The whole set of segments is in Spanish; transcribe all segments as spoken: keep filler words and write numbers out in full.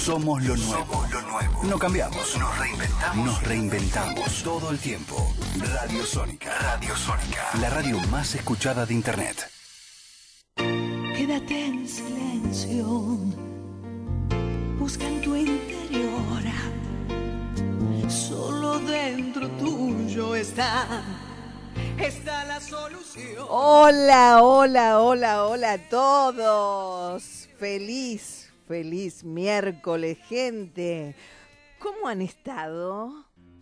Somos lo nuevo. Somos lo nuevo. No cambiamos. Nos reinventamos. Nos reinventamos todo el tiempo. Radio Sónica. Radio Sónica. La radio más escuchada de Internet. Quédate en silencio. Busca en tu interior. Solo dentro tuyo está. Está la solución. Hola, hola, hola, hola a todos. Feliz, feliz miércoles, gente. ¿Cómo han estado?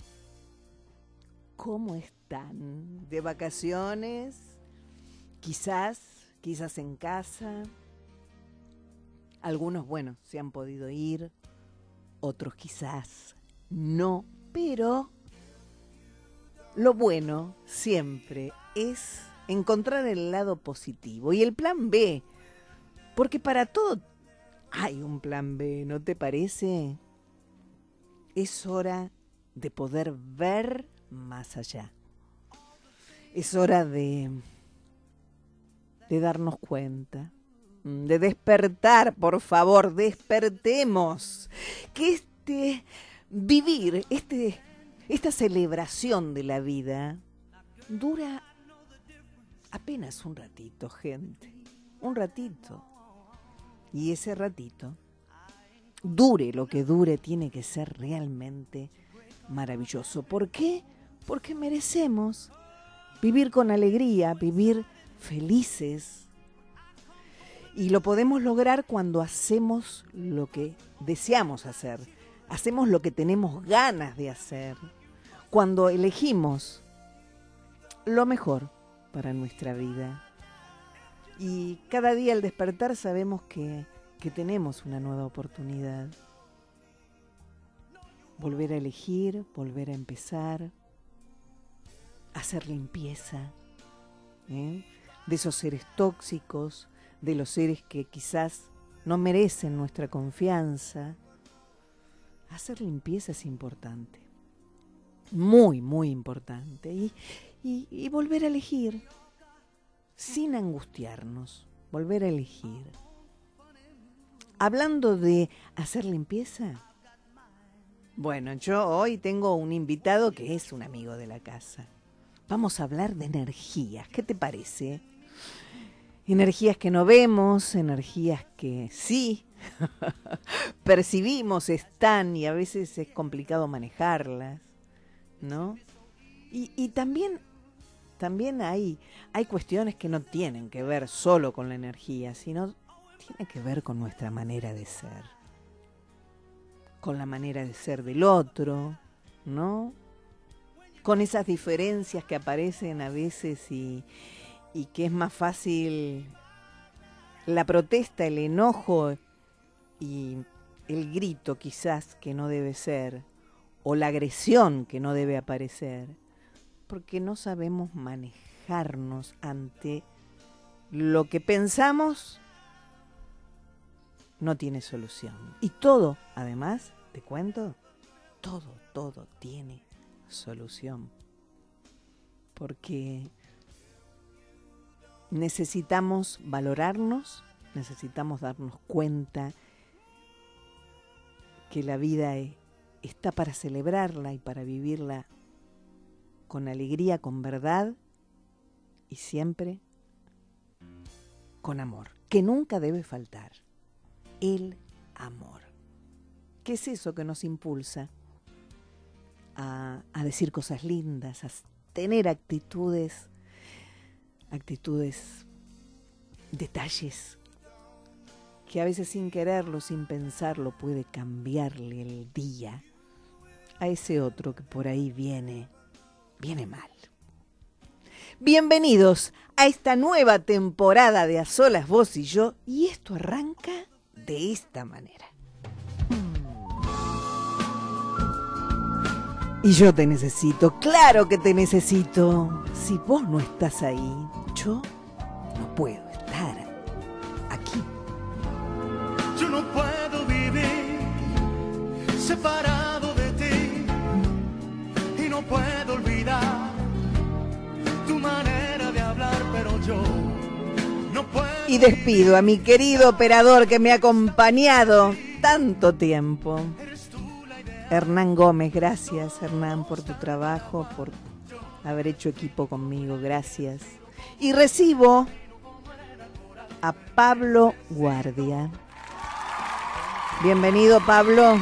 ¿Cómo están? ¿De vacaciones? Quizás, quizás en casa. Algunos, bueno, se han podido ir. Otros quizás no, pero lo bueno siempre es encontrar el lado positivo y el plan B, porque para todo hay un plan B, ¿no te parece? Es hora de poder ver más allá. Es hora de, de darnos cuenta, de despertar, por favor, despertemos, que este vivir, este... Esta celebración de la vida dura apenas un ratito, gente. Un ratito. Y ese ratito, dure lo que dure, tiene que ser realmente maravilloso. ¿Por qué? Porque merecemos vivir con alegría, vivir felices. Y lo podemos lograr cuando hacemos lo que deseamos hacer. Hacemos lo que tenemos ganas de hacer, cuando elegimos lo mejor para nuestra vida. Y cada día al despertar sabemos que, que tenemos una nueva oportunidad. Volver a elegir, volver a empezar, hacer limpieza, ¿eh? de esos seres tóxicos, de los seres que quizás no merecen nuestra confianza. Hacer limpieza es importante, muy, muy importante, y, y, y volver a elegir, sin angustiarnos, volver a elegir. Hablando de hacer limpieza, bueno, yo hoy tengo un invitado que es un amigo de la casa. Vamos a hablar de energías, ¿qué te parece? Energías que no vemos, energías que sí percibimos, están, y a veces es complicado manejarlas, ¿no? Y, y también, también hay, hay cuestiones que no tienen que ver solo con la energía, sino tienen que ver con nuestra manera de ser, con la manera de ser del otro, ¿no? Con esas diferencias que aparecen a veces y, y que es más fácil la protesta, el enojo y el grito quizás que no debe ser, o la agresión que no debe aparecer, porque no sabemos manejarnos ante lo que pensamos no tiene solución. Y todo, además, te cuento, todo, todo tiene solución. Porque necesitamos valorarnos, necesitamos darnos cuenta que la vida está para celebrarla y para vivirla con alegría, con verdad y siempre con amor, que nunca debe faltar, el amor. ¿Qué es eso que nos impulsa a, a decir cosas lindas, a tener actitudes, actitudes, detalles que a veces sin quererlo, sin pensarlo, puede cambiarle el día a ese otro que por ahí viene, viene mal? Bienvenidos a esta nueva temporada de A Solas Vos y Yo, y esto arranca de esta manera. Y yo te necesito, claro que te necesito. Si vos no estás ahí, yo no puedo estar aquí. Yo no puedo vivir separado de ti y no puedo olvidar tu manera de hablar, pero yo no puedo. Y despido a mi querido operador que me ha acompañado tanto tiempo. Hernán Gómez, gracias Hernán por tu trabajo, por haber hecho equipo conmigo, gracias. Y recibo a Pablo Guardia. Bienvenido, Pablo.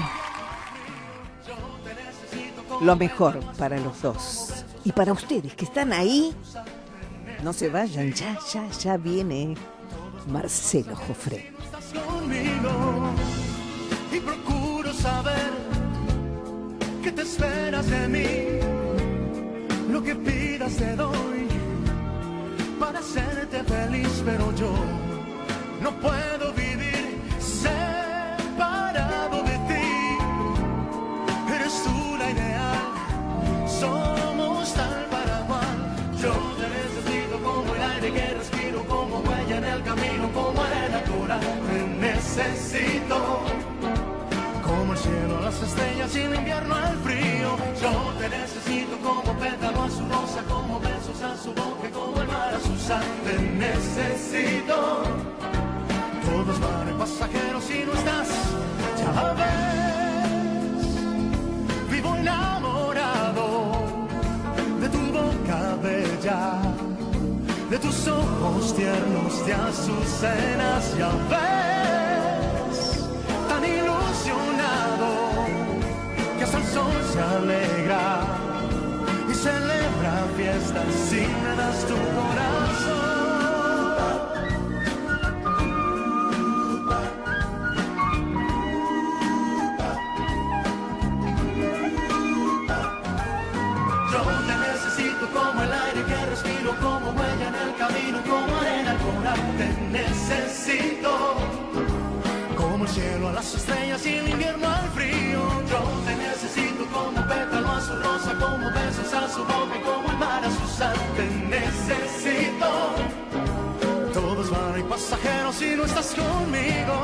Lo mejor para los dos. Y para ustedes que están ahí, no se vayan, ya, ya, ya viene Marcelo Joffre. Estás conmigo y procuro saber qué te esperas de mí. Lo que pidas te doy para hacerte feliz, pero yo no puedo vivir separado de ti. Eres tú la ideal, somos tal para cual. Yo te necesito como el aire que respiro, como huella en el camino, como arena pura. Te necesito como el cielo a las estrellas y el invierno al frío. Yo te necesito como pétalo a su rosa, como besos a su boca, como el mar a su sal. Te necesito. Todos van pasajeros y no estás, ya ves. Vivo enamorado de tu boca bella, de tus ojos tiernos de azucenas, ya ves. Tan ilusionado que hasta el sol se alegra y celebra fiestas si me das tu corazón. Yo te necesito como el aire que respiro, como huella en el camino, como arena al coral. Te necesito como el cielo a las estrellas y el invierno al frío. Yo te necesito como pétalo a su rosa, como besos a su boca y como el mar a su sal. Te necesito. Todos van y pasajeros si no estás conmigo.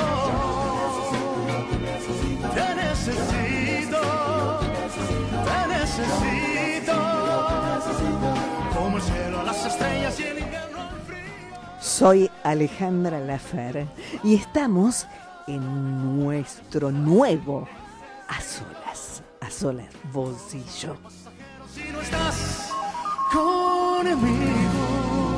Te necesito. Te necesito. Como el cielo a las estrellas y el invierno al frío. Soy Alejandra Lafer y estamos en nuestro nuevo A Solas, A Solas, vos y yo. Si no estás conmigo.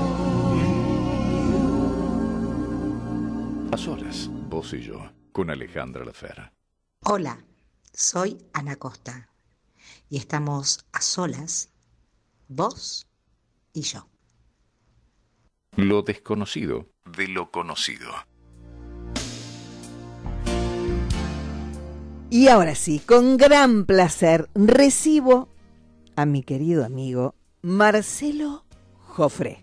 A solas, vos y yo, con Alejandra Lafer. Hola, soy Ana Costa y estamos a solas, vos y yo. Lo desconocido de lo conocido. Y ahora sí, con gran placer recibo a mi querido amigo Marcelo Joffre.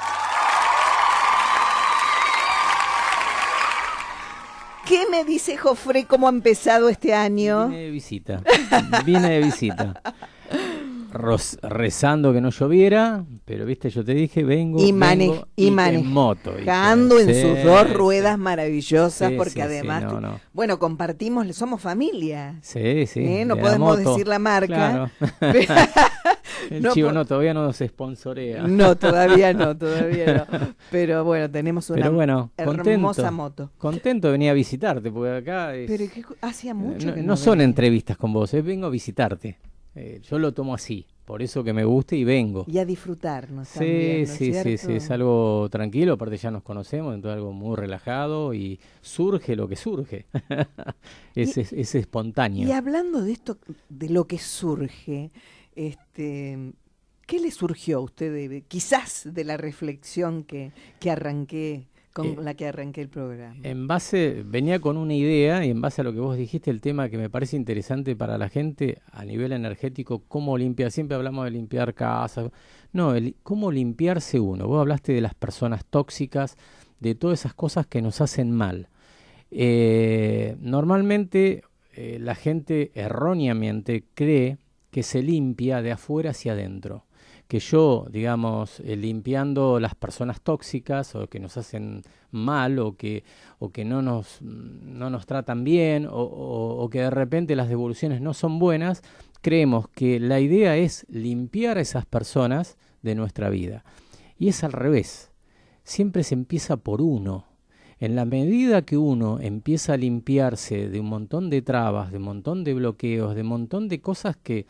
¿Qué me dice Joffre? ¿Cómo ha empezado este año? Vine de visita, vine de visita. Ros, rezando que no lloviera, pero viste, yo te dije, vengo, y mane vengo y, y mane en moto. manejando en sí, sus dos sí, ruedas maravillosas, sí, porque sí, además, sí, no, no. bueno, compartimos, somos familia. Sí, sí. ¿Eh? No de podemos la moto. decir la marca. Claro. El No, chivo por... no, todavía no se sponsorea. No, todavía no, todavía no. Pero bueno, tenemos una Pero bueno, hermosa contento, moto. Contento de venir a visitarte, porque acá es, Pero ¿qué? Hacía mucho no, que no, no son venía. entrevistas con vos, es vengo a visitarte. Eh, yo lo tomo así, por eso que me gusta y vengo. Y a disfrutarnos Sí, también, ¿no es sí, sí, cierto? sí, es algo tranquilo, aparte ya nos conocemos, entonces algo muy relajado y surge lo que surge. es, Y- es, es espontáneo. Y hablando de esto, de lo que surge, este, ¿qué le surgió a usted, de, quizás de la reflexión que, que arranqué, con Eh, la que arranqué el programa? En base, venía con una idea y en base a lo que vos dijiste, el tema que me parece interesante para la gente a nivel energético, cómo limpiar, siempre hablamos de limpiar casas, no, el, cómo limpiarse uno. Vos hablaste de las personas tóxicas, de todas esas cosas que nos hacen mal. Eh, normalmente eh, la gente erróneamente cree que se limpia de afuera hacia adentro. Que yo, digamos, eh, limpiando las personas tóxicas o que nos hacen mal o que, o que no, nos, no nos tratan bien o, o, o que de repente las devoluciones no son buenas, creemos que la idea es limpiar a esas personas de nuestra vida. Y es al revés. Siempre se empieza por uno. En la medida que uno empieza a limpiarse de un montón de trabas, de un montón de bloqueos, de un montón de cosas que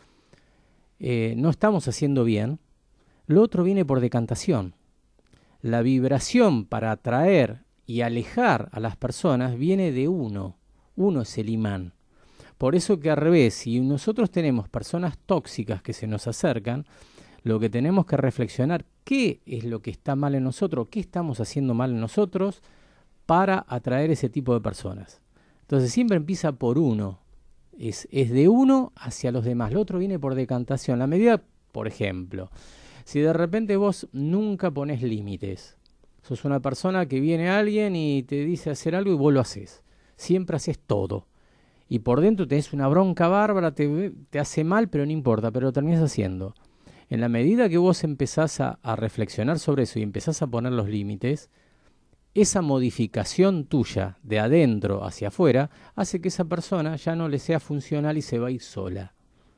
eh, no estamos haciendo bien, lo otro viene por decantación. La vibración para atraer y alejar a las personas viene de uno. Uno es el imán. Por eso que al revés, si nosotros tenemos personas tóxicas que se nos acercan, lo que tenemos que reflexionar, ¿qué es lo que está mal en nosotros? ¿Qué estamos haciendo mal en nosotros para atraer ese tipo de personas? Entonces siempre empieza por uno. Es, es de uno hacia los demás. Lo otro viene por decantación. La medida, por ejemplo, si de repente vos nunca pones límites, sos una persona que viene alguien y te dice hacer algo y vos lo haces. Siempre haces todo. Y por dentro tenés una bronca bárbara, te, te hace mal, pero no importa, pero lo terminás haciendo. En la medida que vos empezás a, a reflexionar sobre eso y empezás a poner los límites, esa modificación tuya de adentro hacia afuera hace que esa persona ya no le sea funcional y se va a ir sola.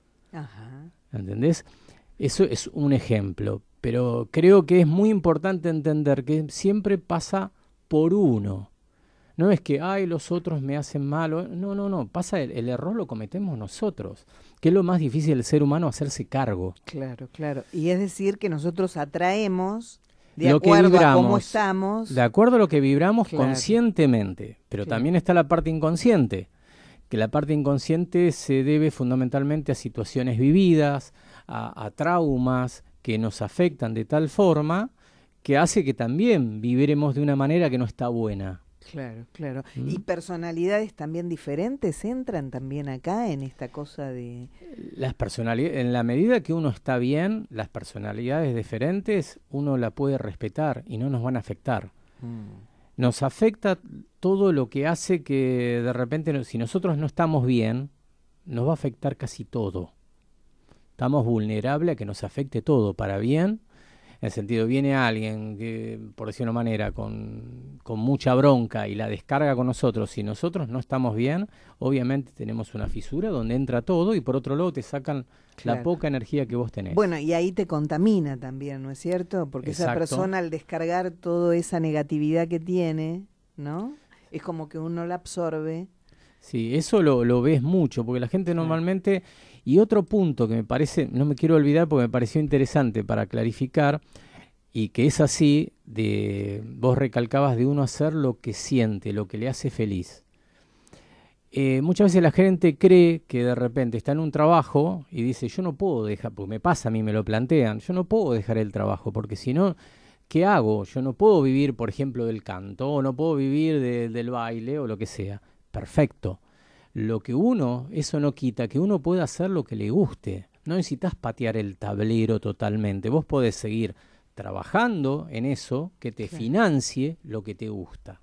Ajá. ¿Entendés? Eso es un ejemplo, pero creo que es muy importante entender que siempre pasa por uno. No es que, ay, los otros me hacen mal. No, no, no. Pasa el, el error lo cometemos nosotros. Que es lo más difícil del ser humano, hacerse cargo. Claro, claro. Y es decir que nosotros atraemos de lo acuerdo que vibramos, a cómo estamos. De acuerdo a lo que vibramos Claro. conscientemente. Pero Claro. también está la parte inconsciente. Que la parte inconsciente se debe fundamentalmente a situaciones vividas, a, a traumas que nos afectan de tal forma que hace que también viviremos de una manera que no está buena. Claro, claro. ¿Mm? ¿Y personalidades también diferentes entran también acá en esta cosa de...? Las personalidades, en la medida que uno está bien, las personalidades diferentes uno la puede respetar y no nos van a afectar. Mm. Nos afecta todo lo que hace que de repente, no- si nosotros no estamos bien, nos va a afectar casi todo. Estamos vulnerables a que nos afecte todo para bien. En el sentido, viene alguien que, por decirlo de una manera, con, con mucha bronca y la descarga con nosotros. Si nosotros no estamos bien, obviamente tenemos una fisura donde entra todo y por otro lado te sacan Claro. la poca energía que vos tenés. Bueno, y ahí te contamina también, ¿no es cierto? Porque esa Exacto. persona al descargar toda esa negatividad que tiene, ¿no? Es como que uno la absorbe. Sí, eso lo, lo ves mucho, porque la gente normalmente... Y otro punto que me parece, no me quiero olvidar porque me pareció interesante para clarificar, y que es así, de vos recalcabas de uno hacer lo que siente, lo que le hace feliz. Eh, muchas veces la gente cree que de repente está en un trabajo y dice, yo no puedo dejar, porque me pasa, a mí me lo plantean, yo no puedo dejar el trabajo, porque si no, ¿qué hago? Yo no puedo vivir, por ejemplo, del canto, o no puedo vivir de- del baile, o lo que sea. Perfecto. Lo que uno, eso no quita que uno pueda hacer lo que le guste. No necesitas patear el tablero totalmente. Vos podés seguir trabajando en eso que te Claro. financie lo que te gusta.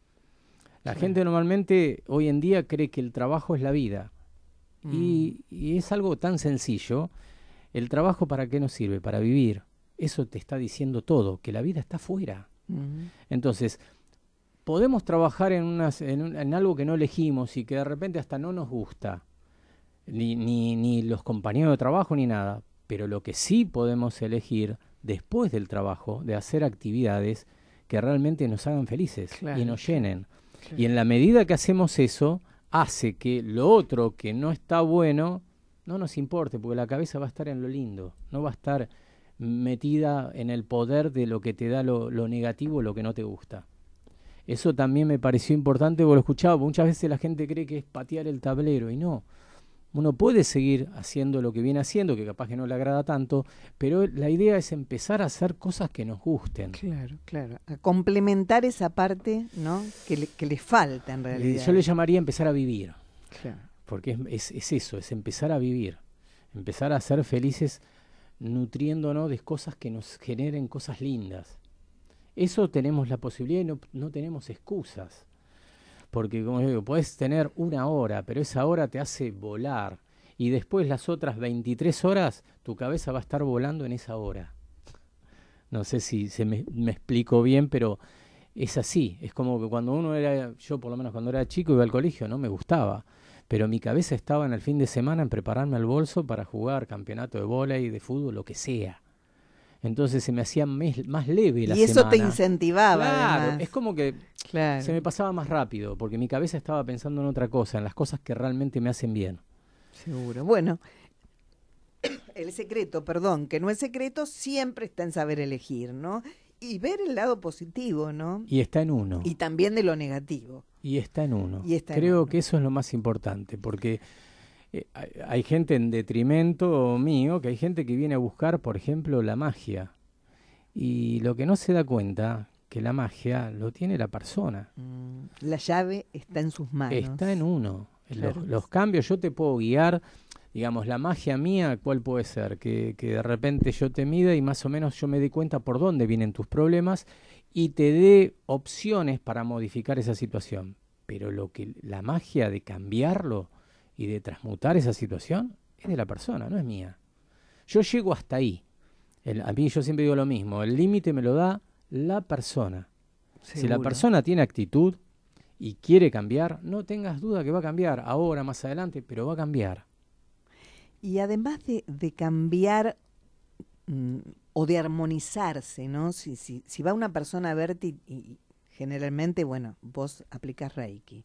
La Claro. gente normalmente hoy en día cree que el trabajo es la vida. Mm. Y, y es algo tan sencillo. ¿El trabajo para qué nos sirve? Para vivir. Eso te está diciendo todo, que la vida está afuera. Mm. Entonces, podemos trabajar en, unas, en, un- en algo que no elegimos y que de repente hasta no nos gusta, ni, ni, ni los compañeros de trabajo ni nada, pero lo que sí podemos elegir después del trabajo, de hacer actividades que realmente nos hagan felices Claro, y nos llenen. Claro. Y en la medida que hacemos eso, hace que lo otro que no está bueno no nos importe, porque la cabeza va a estar en lo lindo, no va a estar metida en el poder de lo que te da lo, lo negativo, lo que no te gusta. Eso también me pareció importante, porque lo escuchaba, porque muchas veces la gente cree que es patear el tablero, y no. Uno puede seguir haciendo lo que viene haciendo, que capaz que no le agrada tanto, pero la idea es empezar a hacer cosas que nos gusten. Claro, claro. A complementar esa parte, ¿no? Que le, que le falta en Eh, realidad. Yo le llamaría empezar a vivir, Claro. porque es, es, es eso, es empezar a vivir, empezar a ser felices nutriéndonos de cosas que nos generen cosas lindas. Eso tenemos la posibilidad y no, no tenemos excusas. Porque, como digo, podés tener una hora, pero esa hora te hace volar. Y después las otras veintitrés horas, tu cabeza va a estar volando en esa hora. No sé si se me, me explico bien, pero es así. Es como que cuando uno era, yo por lo menos cuando era chico iba al colegio, no me gustaba. Pero mi cabeza estaba en el fin de semana en prepararme al bolso para jugar campeonato de vóley, de fútbol, lo que sea. Entonces se me hacía mes- más leve la Y eso semana. te incentivaba, Claro, además. es como que Claro. se me pasaba más rápido, porque mi cabeza estaba pensando en otra cosa, en las cosas que realmente me hacen bien. Seguro. Bueno, el secreto, perdón, que no es secreto, siempre está en saber elegir, ¿no? Y ver el lado positivo, ¿no? Y está en uno. Y también de lo negativo. Y está en uno. Y está en Creo uno. que eso es lo más importante, porque eh, hay, hay gente en detrimento mío, que hay gente que viene a buscar, por ejemplo, la magia. Y lo que no se da cuenta, que la magia lo tiene la persona. Mm, La llave está en sus manos. Está en uno. Claro. Los, los cambios, yo te puedo guiar, digamos, la magia mía, ¿cuál puede ser? Que, que de repente yo te mida y más o menos yo me dé cuenta por dónde vienen tus problemas y te dé opciones para modificar esa situación. Pero lo que la magia de cambiarlo y de transmutar esa situación es de la persona, no es mía. Yo llego hasta ahí. El, a mí yo siempre digo lo mismo, el límite me lo da la persona. Si la Seguro. persona tiene actitud y quiere cambiar, no tengas duda que va a cambiar, ahora, más adelante, pero va a cambiar. Y además de, de cambiar mm, o de armonizarse, ¿no? Si, si, si va una persona a verte y, y generalmente, bueno, vos aplicás Reiki.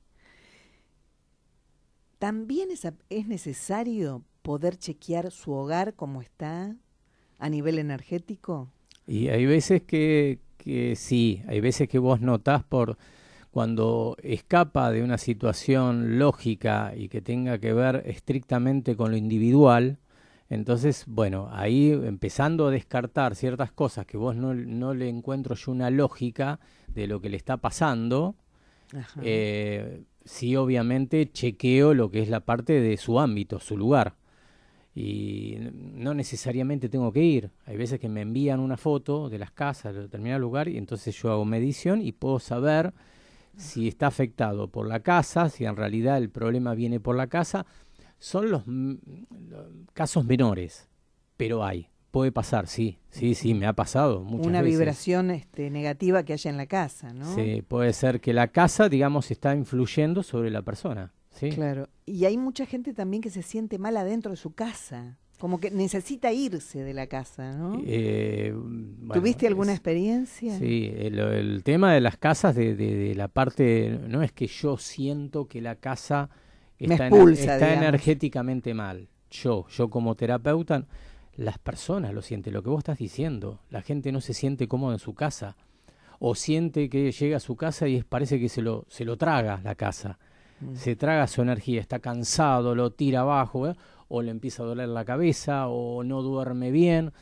También es, a- es necesario poder chequear su hogar como está a nivel energético. Y hay veces que, que sí, hay veces que vos notás por cuando escapa de una situación lógica y que tenga que ver estrictamente con lo individual, entonces, bueno, ahí empezando a descartar ciertas cosas que vos no, no le encuentro yo una lógica de lo que le está pasando, Ajá. eh, sí obviamente chequeo lo que es la parte de su ámbito, su lugar. Y no necesariamente tengo que ir. Hay veces que me envían una foto de las casas, de determinado lugar, y entonces yo hago medición y puedo saber si está afectado por la casa, si en realidad el problema viene por la casa. Son los, mm, los casos menores, pero hay. Puede pasar, sí, sí, sí, me ha pasado muchas Una veces. vibración este, negativa que haya en la casa, ¿no? Sí, puede ser que la casa, digamos, está influyendo sobre la persona. Sí. Claro. Y hay mucha gente también que se siente mal adentro de su casa, como que necesita irse de la casa, ¿no? Eh, bueno, ¿Tuviste alguna es- experiencia? Sí, el, el tema de las casas, de, de- de la parte, no es que yo siento que la casa Me está, expulsa, está digamos. energéticamente mal. Yo, yo como terapeuta, las personas lo sienten, lo que vos estás diciendo. La gente no se siente cómoda en su casa. O siente que llega a su casa y es- parece que se lo, se lo traga la casa. Mm. Se traga su energía, está cansado, lo tira abajo, ¿eh? O le empieza a doler la cabeza, o no duerme bien.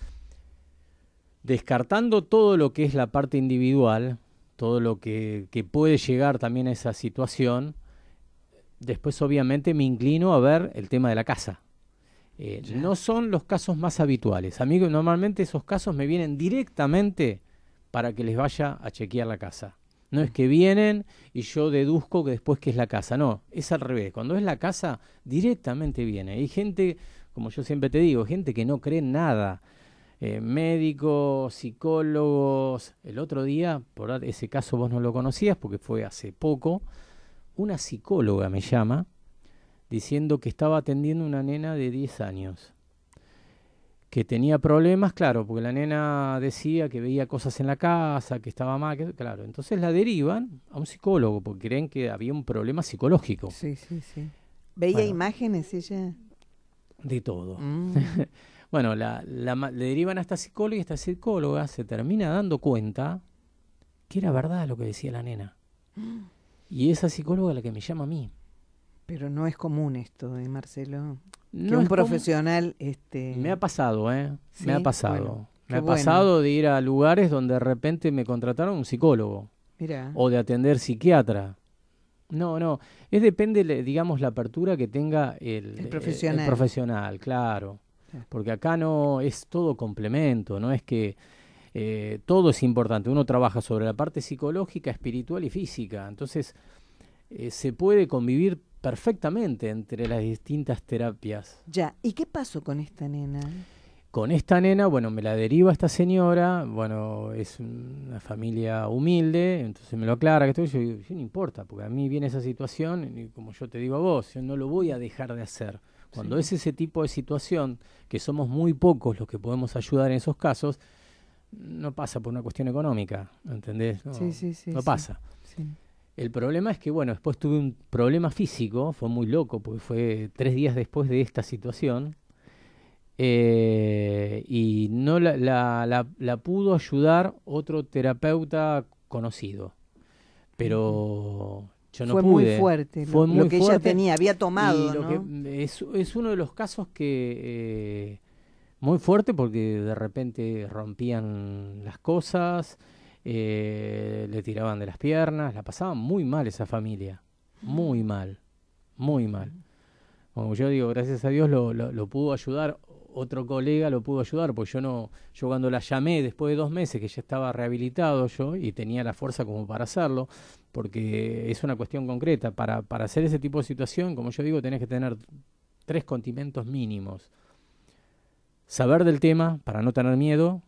Descartando todo lo que es la parte individual, todo lo que, que puede llegar también a esa situación, después obviamente me inclino a ver el tema de la casa. Eh, no son los casos más habituales. A mí normalmente esos casos me vienen directamente para que les vaya a chequear la casa. No es que vienen y yo deduzco que después que es la casa. No, es al revés. Cuando es la casa, directamente viene. Hay gente, como yo siempre te digo, gente que no cree en nada. Eh, médicos, psicólogos. El otro día, por ahí, ese caso vos no lo conocías porque fue hace poco, una psicóloga me llama diciendo que estaba atendiendo una nena de diez años, que tenía problemas, claro, porque la nena decía que veía cosas en la casa, que estaba mal, que, claro, entonces la derivan a un psicólogo porque creen que había un problema psicológico. Sí, sí, sí. ¿Veía Bueno. imágenes ella? De todo. Mm. Bueno, la, la, ma- le derivan a esta psicóloga y esta psicóloga se termina dando cuenta que era verdad lo que decía la nena. Y esa psicóloga es la que me llama a mí. Pero no es común esto, ¿eh, Marcelo? Que No un es como- profesional... este Me ha pasado, ¿eh? ¿Sí? Me ha pasado. Bueno, me qué ha bueno. pasado de ir a lugares donde de repente me contrataron un psicólogo Mirá. o de atender psiquiatra. No, no. Es depende, le- digamos, la apertura que tenga el, El eh, profesional. el profesional, claro. Claro. Porque acá no es todo complemento, no es que eh, todo es importante. Uno trabaja sobre la parte psicológica, espiritual y física. Entonces, eh, se puede convivir perfectamente entre las distintas terapias. Ya, ¿y qué pasó con esta nena? Con esta nena, bueno, me la deriva esta señora, bueno, es una familia humilde, entonces me lo aclara, que esto, yo digo, "Sí, no importa, porque a mí viene esa situación, y como yo te digo a vos, yo no lo voy a dejar de hacer. Cuando Sí. es ese tipo de situación, que somos muy pocos los que podemos ayudar en esos casos, no pasa por una cuestión económica, ¿entendés? No, Sí, sí, sí, no sí. pasa. Sí. El problema es que, bueno, después tuve un problema físico, fue muy loco, porque fue tres días después de esta situación, eh, y no la, la, la, la pudo ayudar otro terapeuta conocido, pero yo no Fue pude. muy fuerte Fue lo, muy lo que ella fuerte, tenía, había tomado, y lo ¿no? que es, es uno de los casos que eh, muy fuerte, porque de repente rompían las cosas, eh, le tiraban de las piernas, la pasaban muy mal esa familia, muy mal, muy mal. Como yo digo, gracias a Dios lo, lo, lo pudo ayudar, otro colega lo pudo ayudar, porque yo no, yo cuando la llamé después de dos meses, que ya estaba rehabilitado yo y tenía la fuerza como para hacerlo, porque es una cuestión concreta, para, para hacer ese tipo de situación, como yo digo, tenés que tener tres condimentos mínimos: saber del tema para no tener miedo,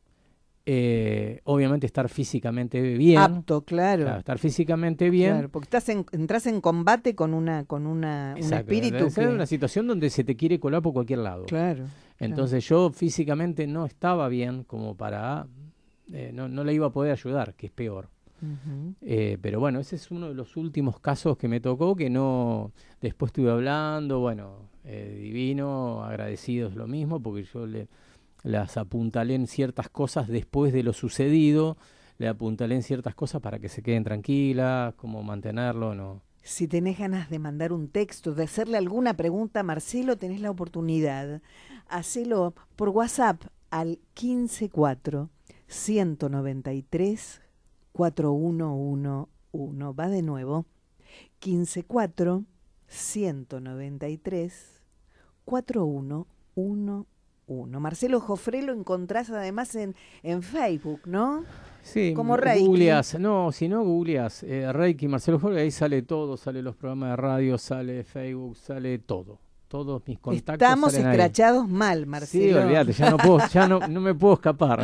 eh, obviamente estar físicamente bien, Apto, claro. claro, estar físicamente bien. Claro, porque estás en, entras en combate con una con una un Exacto, espíritu es que una situación donde se te quiere colar por cualquier lado. claro. Entonces yo físicamente no estaba bien como para, eh, no, no le iba a poder ayudar, que es peor. Ujú. Eh, pero bueno, ese es uno de los últimos casos que me tocó, que no, después estuve hablando, bueno, eh, divino, agradecidos lo mismo, porque yo le, las apuntalé en ciertas cosas después de lo sucedido, le apuntalé en ciertas cosas para que se queden tranquilas, cómo mantenerlo, no. Si tenés ganas de mandar un texto, de hacerle alguna pregunta a Marcelo, tenés la oportunidad. Hacelo por WhatsApp al quince cuatro, ciento noventa y tres, cuarenta y uno once. Va de nuevo. quince cuatro, ciento noventa y tres, cuarenta y uno once. Marcelo Jofré lo encontrás además en, en Facebook, ¿no? Sí, Como Reiki. googleás, no, si no googleás, eh, Reiki, Marcelo Jorge, ahí sale todo, sale los programas de radio, sale Facebook, sale todo. Todos mis contactos Estamos salen ahí. escrachados mal, Marcelo. Sí, olvídate, ya no puedo, ya no, no me puedo escapar.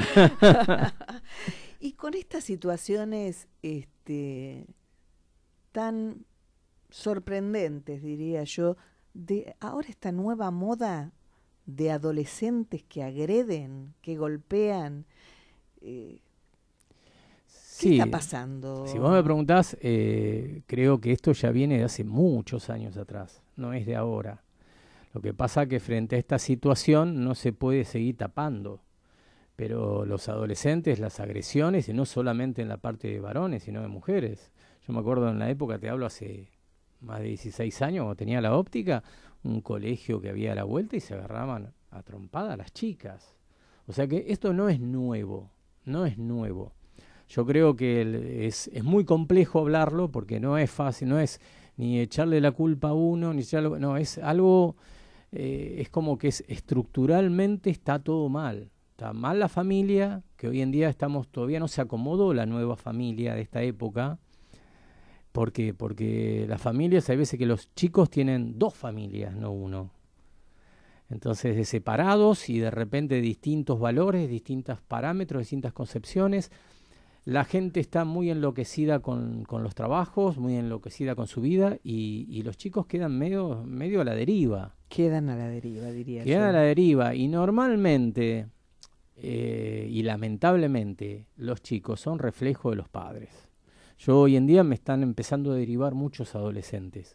Y con estas situaciones este, tan sorprendentes, diría yo, de ahora esta nueva moda de adolescentes que agreden, que golpean, eh, ¿qué Sí, está pasando? si vos me preguntás, eh, creo que esto ya viene de hace muchos años atrás, no es de ahora. Lo que pasa que frente a esta situación no se puede seguir tapando, pero los adolescentes, las agresiones, y no solamente en la parte de varones, sino de mujeres. Yo me acuerdo en la época, te hablo hace más de dieciséis años, cuando tenía la óptica, un colegio que había a la vuelta y se agarraban a trompada a las chicas. O sea que esto no es nuevo, no es nuevo. Yo creo que el, es, es muy complejo hablarlo porque no es fácil, no es ni echarle la culpa a uno, ni echarle, no, es algo, eh, es como que es, estructuralmente está todo mal. Está mal la familia, que hoy en día estamos, todavía no se acomodó la nueva familia de esta época. ¿Por qué? Porque las familias, hay veces que los chicos tienen dos familias, no uno. Entonces, de separados y de repente distintos valores, distintos parámetros, distintas concepciones. La gente está muy enloquecida con, con los trabajos, muy enloquecida con su vida y, y los chicos quedan medio, medio a la deriva. Quedan a la deriva, diría Quedan yo. a la deriva y normalmente eh, y lamentablemente los chicos son reflejo de los padres. Yo hoy en día me están empezando a derivar muchos adolescentes.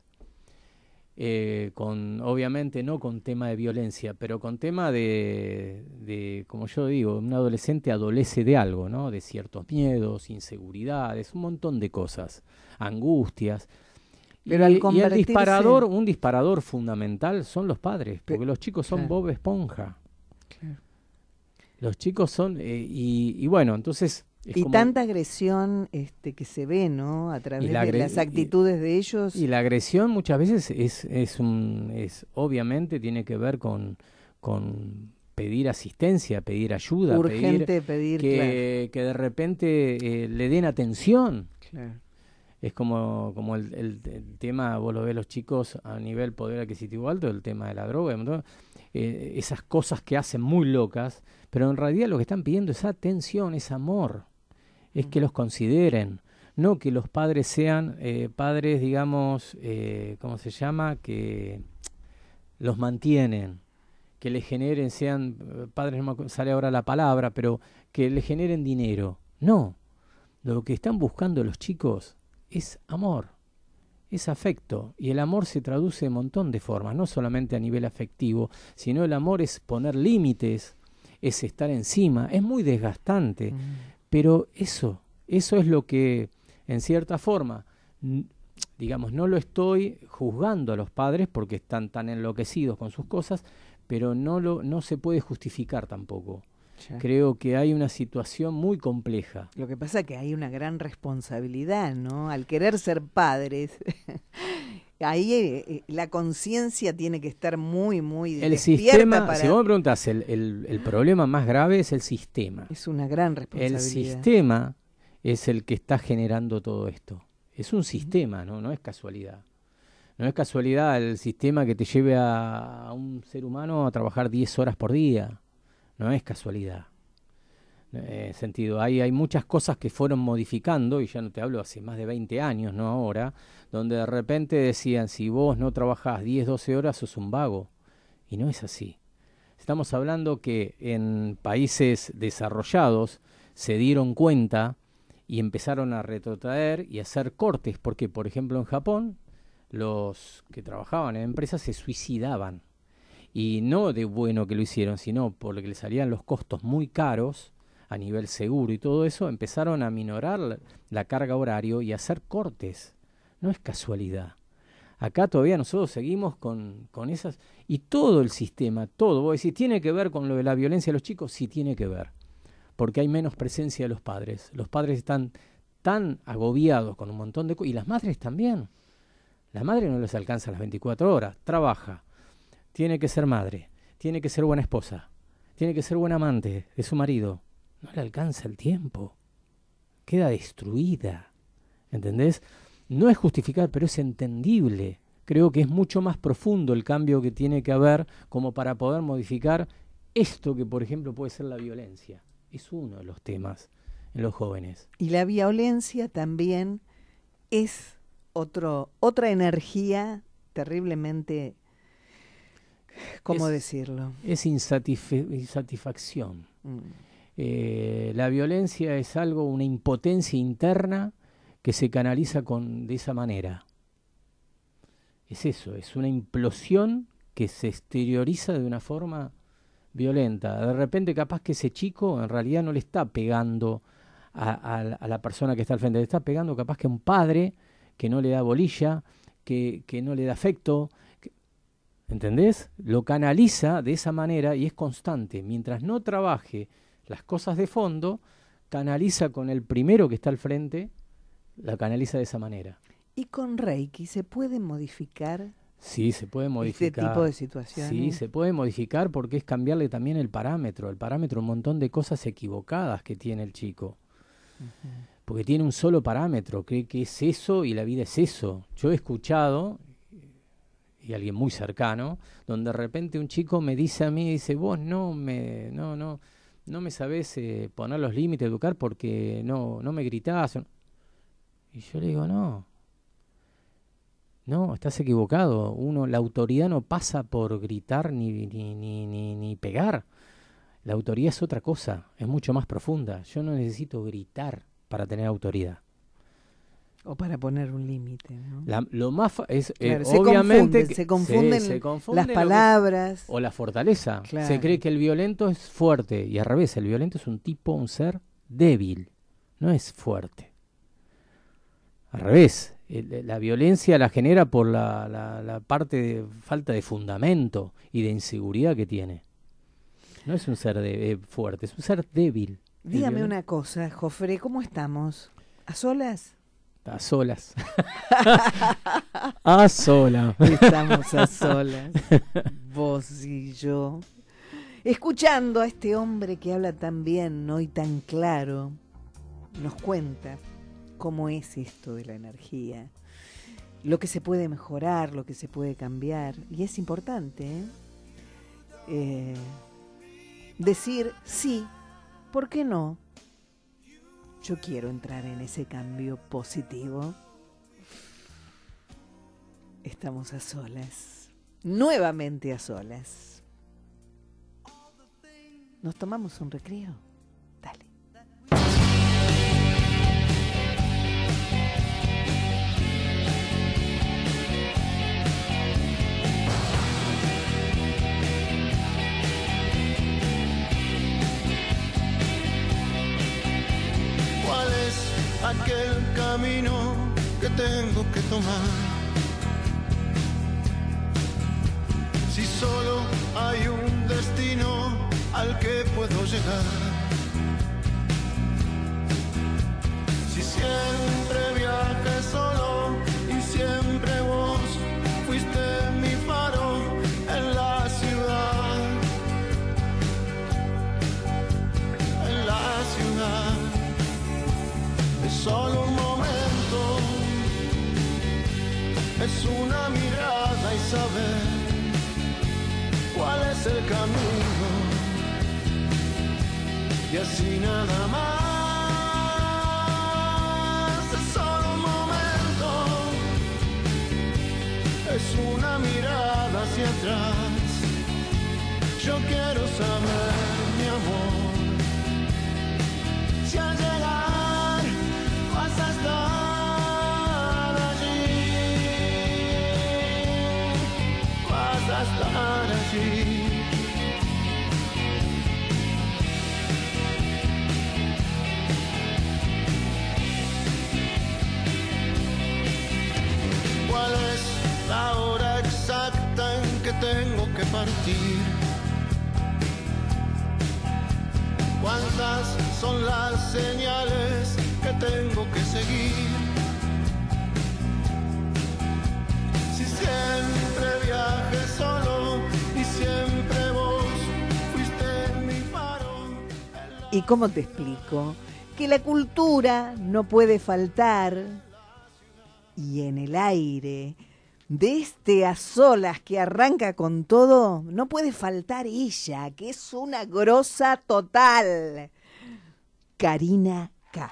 Eh, con obviamente no con tema de violencia, pero con tema de, de, como yo digo, un adolescente adolece de algo, ¿no? De ciertos miedos, inseguridades, un montón de cosas, angustias. Pero y, al y el convertirse- disparador, un disparador fundamental son los padres, porque Pe- los chicos son claro. Bob Esponja. Claro. Los chicos son, eh, y, y bueno, entonces... es Y como- tanta agresión este, que se ve, ¿no? A través la de agre- las y- actitudes de ellos. Y la agresión muchas veces es, es un, es obviamente tiene que ver con, con pedir asistencia, pedir ayuda, urgente pedir pedir, que, que de repente eh, le den atención. claro, claro. Es como, como el, el, el tema, vos lo ves los chicos a nivel poder adquisitivo alto, el tema de la droga, ¿no? eh, esas cosas que hacen muy locas, pero en realidad lo que están pidiendo es atención, es amor, es que los consideren. No que los padres sean eh, padres, digamos, eh, ¿cómo se llama? Que los mantienen, que le generen, sean eh, padres, no me sale ahora la palabra, pero que le generen dinero. No, lo que están buscando los chicos es amor, es afecto, y el amor se traduce de un montón de formas, no solamente a nivel afectivo, sino el amor es poner límites, es estar encima, es muy desgastante, mm. pero eso, eso es lo que, en cierta forma, digamos, no lo estoy juzgando a los padres porque están tan enloquecidos con sus cosas, pero no, lo, no se puede justificar tampoco. Ya. Creo que hay una situación muy compleja. Lo que pasa es que hay una gran responsabilidad, ¿no? Al querer ser padres, ahí eh, la conciencia tiene que estar muy, muy el despierta sistema, para... Si vos me preguntás, el, el, el problema más grave es el sistema. Es una gran responsabilidad. El sistema es el que está generando todo esto. Es un sistema, ¿no? No es casualidad. No es casualidad el sistema que te lleve a, a un ser humano a trabajar diez horas por día. No es casualidad. En sentido, hay, hay muchas cosas que fueron modificando, y ya no te hablo hace más de veinte años, no ahora, donde de repente decían, si vos no trabajás diez, doce horas, sos un vago. Y no es así. Estamos hablando que en países desarrollados se dieron cuenta y empezaron a retrotraer y a hacer cortes, porque, por ejemplo, en Japón, los que trabajaban en empresas se suicidaban. Y no de bueno que lo hicieron, sino porque les salían los costos muy caros a nivel seguro y todo eso, empezaron a minorar la, la carga horario y a hacer cortes. No es casualidad. Acá todavía nosotros seguimos con, con esas... Y todo el sistema, todo, vos decís, ¿tiene que ver con lo de la violencia de los chicos? Sí, tiene que ver. Porque hay menos presencia de los padres. Los padres están tan agobiados con un montón de cosas. Y las madres también. La madre no les alcanza las veinticuatro horas. Trabaja. Tiene que ser madre. Tiene que ser buena esposa. Tiene que ser buena amante de su marido. No le alcanza el tiempo. Queda destruida. ¿Entendés? No es justificar, pero es entendible. Creo que es mucho más profundo el cambio que tiene que haber como para poder modificar esto que, por ejemplo, puede ser la violencia. Es uno de los temas en los jóvenes. Y la violencia también es otro, otra energía terriblemente, ¿cómo es, decirlo? Es insatisf- insatisfacción. Mm. Eh, la violencia es algo, una impotencia interna que se canaliza con, de esa manera. Es eso, es una implosión que se exterioriza de una forma violenta. De repente capaz que ese chico en realidad no le está pegando a, a, a la persona que está al frente, le está pegando capaz que a un padre que no le da bolilla, que, que no le da afecto, que, ¿entendés? Lo canaliza de esa manera y es constante. Mientras no trabaje las cosas de fondo, canaliza con el primero que está al frente, la canaliza de esa manera. ¿Y con Reiki se puede modificar? Sí, se puede modificar. Este tipo de situaciones. Sí, se puede modificar porque es cambiarle también el parámetro. El parámetro, un montón de cosas equivocadas que tiene el chico. Uh-huh. Porque tiene un solo parámetro, cree que es eso y la vida es eso. Yo he escuchado, y alguien muy cercano, donde de repente un chico me dice a mí, dice, vos no me, no, no, no me sabés eh, poner los límites, educar porque no, no me gritás. Y yo le digo, no. No, estás equivocado. Uno, la autoridad no pasa por gritar ni, ni, ni, ni, ni pegar. La autoridad es otra cosa, es mucho más profunda. Yo no necesito gritar para tener autoridad. O para poner un límite, ¿no? La, lo más fa- es claro, eh, se obviamente confunden, se confunden, se, se confunde las palabras que, o la fortaleza. Claro. Se cree que el violento es fuerte y al revés, el violento es un tipo, un ser débil, no es fuerte. Al revés, el, la violencia la genera por la, la, la parte de falta de fundamento y de inseguridad que tiene. No es un ser de, eh, fuerte, es un ser débil. Dígame una cosa, Jofre, ¿cómo estamos? ¿A solas? A solas. A solas. Estamos a solas, vos y yo, escuchando a este hombre que habla tan bien, ¿no? Y tan claro, nos cuenta cómo es esto de la energía, lo que se puede mejorar, lo que se puede cambiar, y es importante, ¿eh? Eh, decir sí, ¿por qué no? Yo quiero entrar en ese cambio positivo. Estamos a solas, nuevamente a solas. ¿Nos tomamos un recreo? Dale. ¿Cuál es aquel camino que tengo que tomar? Si solo hay un destino al que puedo llegar. Si siempre viajé solo y siempre vos fuiste mi faro en la ciudad, en la ciudad. Es solo un momento, es una mirada y saber cuál es el camino, y así nada más. Es solo un momento, es una mirada hacia atrás. Yo quiero saber, mi amor, si al llegar vas a estar allí, vas a estar allí. ¿Cuál es la hora exacta en que tengo que partir? ¿Cuántas son las señales que tengo que seguir? Si siempre viajé solo y siempre vos fuiste mi faro. ¿Y cómo te explico? Que la cultura no puede faltar, y en el aire de este A Solas que arranca con todo, no puede faltar ella, que es una grosa total, Karina K.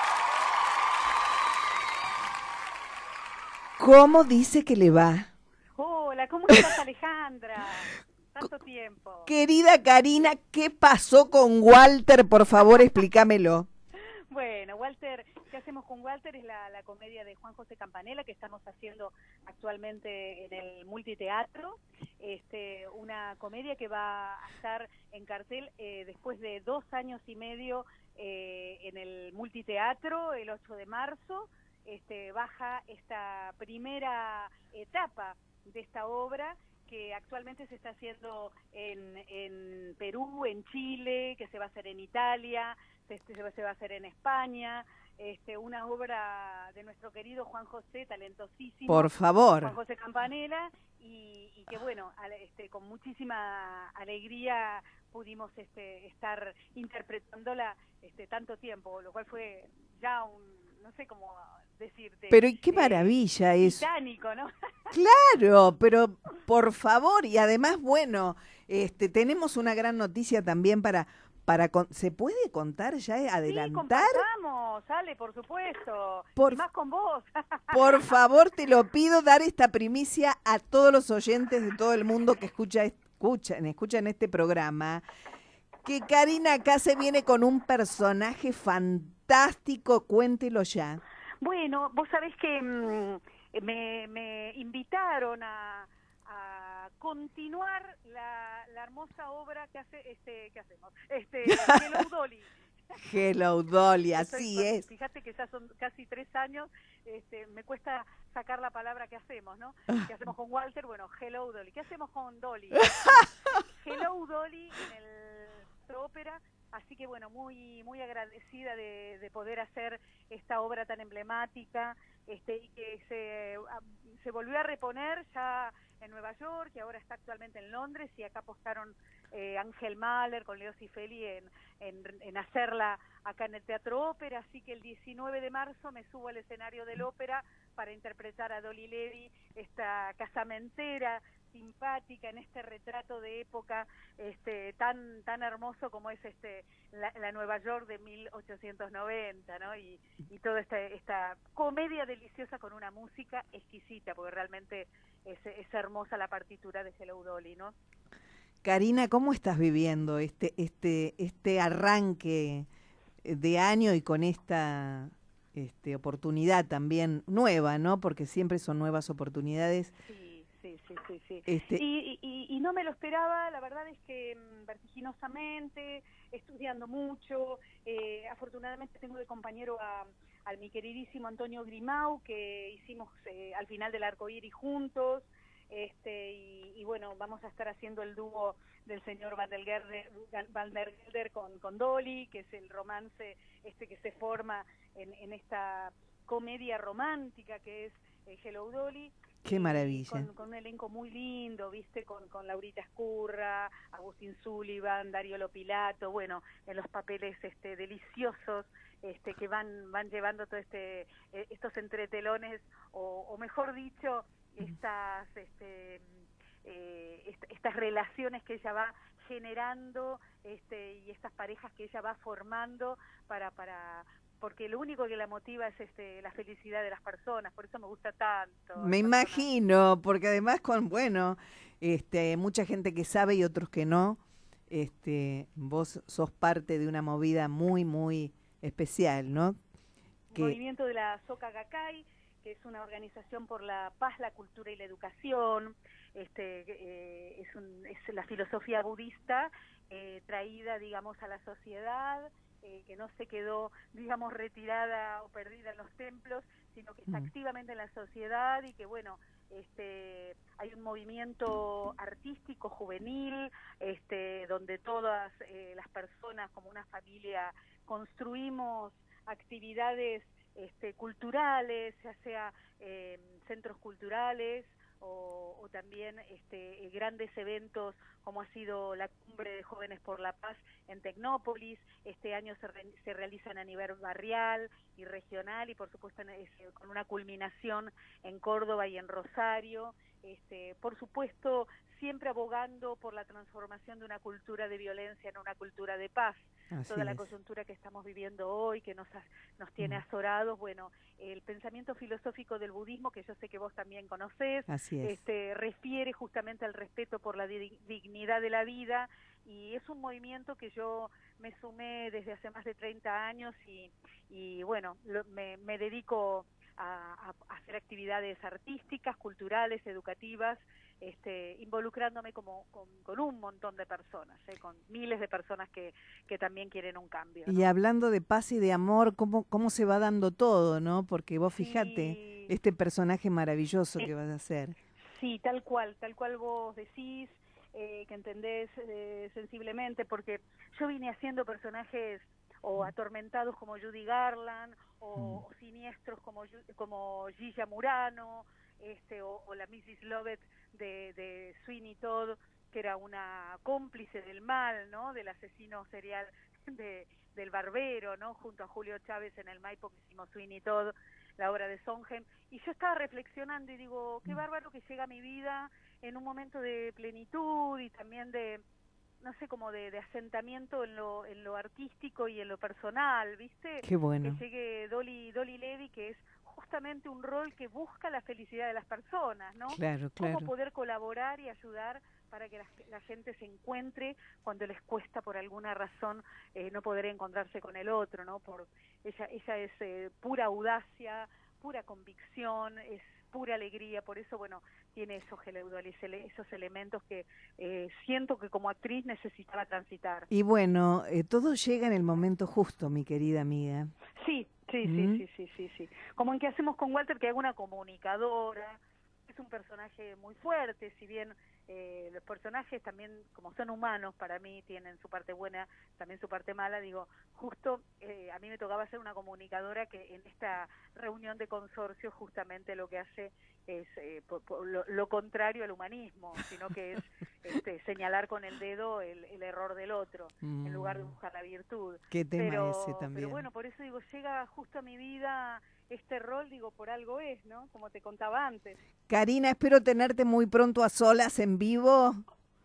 ¿Cómo dice que le va? Hola, ¿cómo estás, Alejandra? Tanto tiempo. Querida Karina, ¿qué pasó con Walter? Por favor, explícamelo. Bueno, Walter, ¿qué hacemos con Walter? Es la, la comedia de Juan José Campanella que estamos haciendo actualmente en el Multiteatro. Este, una comedia que va a estar en cartel eh, después de dos años y medio eh, en el Multiteatro, el ocho de marzo. Este, baja esta primera etapa de esta obra que actualmente se está haciendo en, en Perú, en Chile, que se va a hacer en Italia, se, se va a hacer en España. Este, una obra de nuestro querido Juan José, talentosísimo. Por favor. Juan José Campanella, y, y que bueno, este, con muchísima alegría pudimos este, estar interpretándola este, tanto tiempo, lo cual fue ya un, no sé cómo decirte. Pero y qué eh, maravilla eso. Titánico, ¿no? Claro, pero por favor, y además, bueno, este, tenemos una gran noticia también para... Para con, ¿se puede contar ya, adelantar? Sí, compartamos, Ale, por supuesto, por, y más con vos. Por favor, te lo pido, dar esta primicia a todos los oyentes de todo el mundo que escucha, escuchan, escuchan este programa, que Karina acá se viene con un personaje fantástico, cuéntelo ya. Bueno, vos sabés que mmm, me, me invitaron a... a continuar la, la hermosa obra que hace este que hacemos este Hello Dolly. Hello Dolly, así Estoy, es. Fíjate que ya son casi tres años, este, me cuesta sacar la palabra que hacemos, ¿no? ¿Qué hacemos con Walter? Bueno, Hello Dolly. ¿Qué hacemos con Dolly? Hello Dolly en el Teatro Ópera. Así que bueno, muy muy agradecida de, de poder hacer esta obra tan emblemática, este, y que se, se volvió a reponer ya en Nueva York, y ahora está actualmente en Londres, y acá apostaron eh, Ángel Mahler con Leo Cifeli en, en, en hacerla acá en el Teatro Ópera, así que el diecinueve de marzo me subo al escenario del Ópera para interpretar a Dolly Levy, esta casamentera simpática en este retrato de época este tan tan hermoso como es este la, la Nueva York de mil ochocientos noventa, ¿no? Y, y toda esta, esta comedia deliciosa con una música exquisita, porque realmente es, es hermosa la partitura de Hello Dolly, ¿no? Karina, ¿cómo estás viviendo este, este, este arranque de año y con esta este, oportunidad también nueva, ¿no? Porque siempre son nuevas oportunidades. Sí, sí, sí, sí. sí. Este, y, y, y no me lo esperaba, la verdad es que mm, vertiginosamente, estudiando mucho, eh, afortunadamente tengo de compañero a, a mi queridísimo Antonio Grimau, que hicimos eh, al final del Arcoíris juntos. Este, y, y bueno, vamos a estar haciendo el dúo del señor Van der Gelder, Van der Gelder con, con Dolly, que es el romance este que se forma en, en esta comedia romántica que es eh, Hello Dolly. Qué maravilla. Con, con un elenco muy lindo, viste, con, con Laurita Escurra, Agustín Sullivan, Dario Lopilato, bueno, en los papeles este, deliciosos este, que van, van llevando todo este, eh, estos entretelones, o, o mejor dicho, estas este, eh, est estas relaciones que ella va generando este, y estas parejas que ella va formando para para porque lo único que la motiva es este la felicidad de las personas, por eso me gusta tanto. Me imagino, porque además con, bueno, este, mucha gente que sabe y otros que no, este, vos sos parte de una movida muy, muy especial, ¿no? Que... Movimiento de la Soka Gakkai, que es una organización por la paz, la cultura y la educación. Este, eh, es, un, es la filosofía budista eh, traída, digamos, a la sociedad, eh, que no se quedó, digamos, retirada o perdida en los templos, sino que está mm. activamente en la sociedad y que, bueno, este, hay un movimiento artístico juvenil, este, donde todas eh, las personas, como una familia, construimos actividades Este, culturales, ya sea eh, centros culturales o, o también este, grandes eventos como ha sido la Cumbre de Jóvenes por la Paz en Tecnópolis. Este año se, re, se realizan a nivel barrial y regional y por supuesto es, con una culminación en Córdoba y en Rosario. Este, por supuesto, siempre abogando por la transformación de una cultura de violencia en una cultura de paz. Así Toda es. La coyuntura que estamos viviendo hoy, que nos, nos tiene azorados, bueno, el pensamiento filosófico del budismo, que yo sé que vos también conocés, este, refiere justamente al respeto por la di dignidad de la vida, y es un movimiento que yo me sumé desde hace más de treinta años y, y bueno, lo, me, me dedico a, a hacer actividades artísticas, culturales, educativas, Este, involucrándome como, con, con un montón de personas, ¿eh? Con miles de personas que, que también quieren un cambio, ¿no? Y hablando de paz y de amor, ¿cómo, cómo se va dando todo, ¿no? Porque vos fíjate, sí. este personaje maravilloso eh, que vas a hacer. Sí, tal cual, tal cual vos decís, eh, que entendés eh, sensiblemente, porque yo vine haciendo personajes o atormentados como Judy Garland, o, mm. o siniestros como, como Gilla Murano, este, o, o la missus Lovett de, de Sweeney Todd, que era una cómplice del mal, ¿no? Del asesino serial de, del barbero, ¿no? Junto a Julio Chávez en el Maipo, que hicimos Sweeney Todd, la obra de Sondheim. Y yo estaba reflexionando y digo, qué bárbaro que llega a mi vida en un momento de plenitud y también de, no sé, como de, de asentamiento en lo, en lo artístico y en lo personal, ¿viste? Qué bueno. Que llegue Dolly, Dolly Levy, que es justamente un rol que busca la felicidad de las personas, ¿no? Claro, claro. Cómo poder colaborar y ayudar para que la, la gente se encuentre cuando les cuesta por alguna razón eh, no poder encontrarse con el otro, ¿no? Por ella, ella es eh, pura audacia, pura convicción, es pura alegría, por eso, bueno, tiene esos, esos elementos que eh, siento que como actriz necesitaba transitar. Y bueno, eh, todo llega en el momento justo, mi querida amiga. Sí, sí, ¿Mm? sí, sí, sí, sí, sí. Como en que hacemos con Walter, que es una comunicadora, es un personaje muy fuerte, si bien eh, los personajes también, como son humanos, para mí tienen su parte buena, también su parte mala, digo, justo eh, a mí me tocaba ser una comunicadora que en esta reunión de consorcio justamente lo que hace es eh, por, por lo, lo contrario al humanismo, sino que es este, señalar con el dedo el, el error del otro, mm. en lugar de buscar la virtud. ¿Qué tema pero, ese también? Pero bueno, por eso digo, llega justo a mi vida este rol, digo, por algo es, ¿no? Como te contaba antes. Karina, espero tenerte muy pronto a solas en vivo.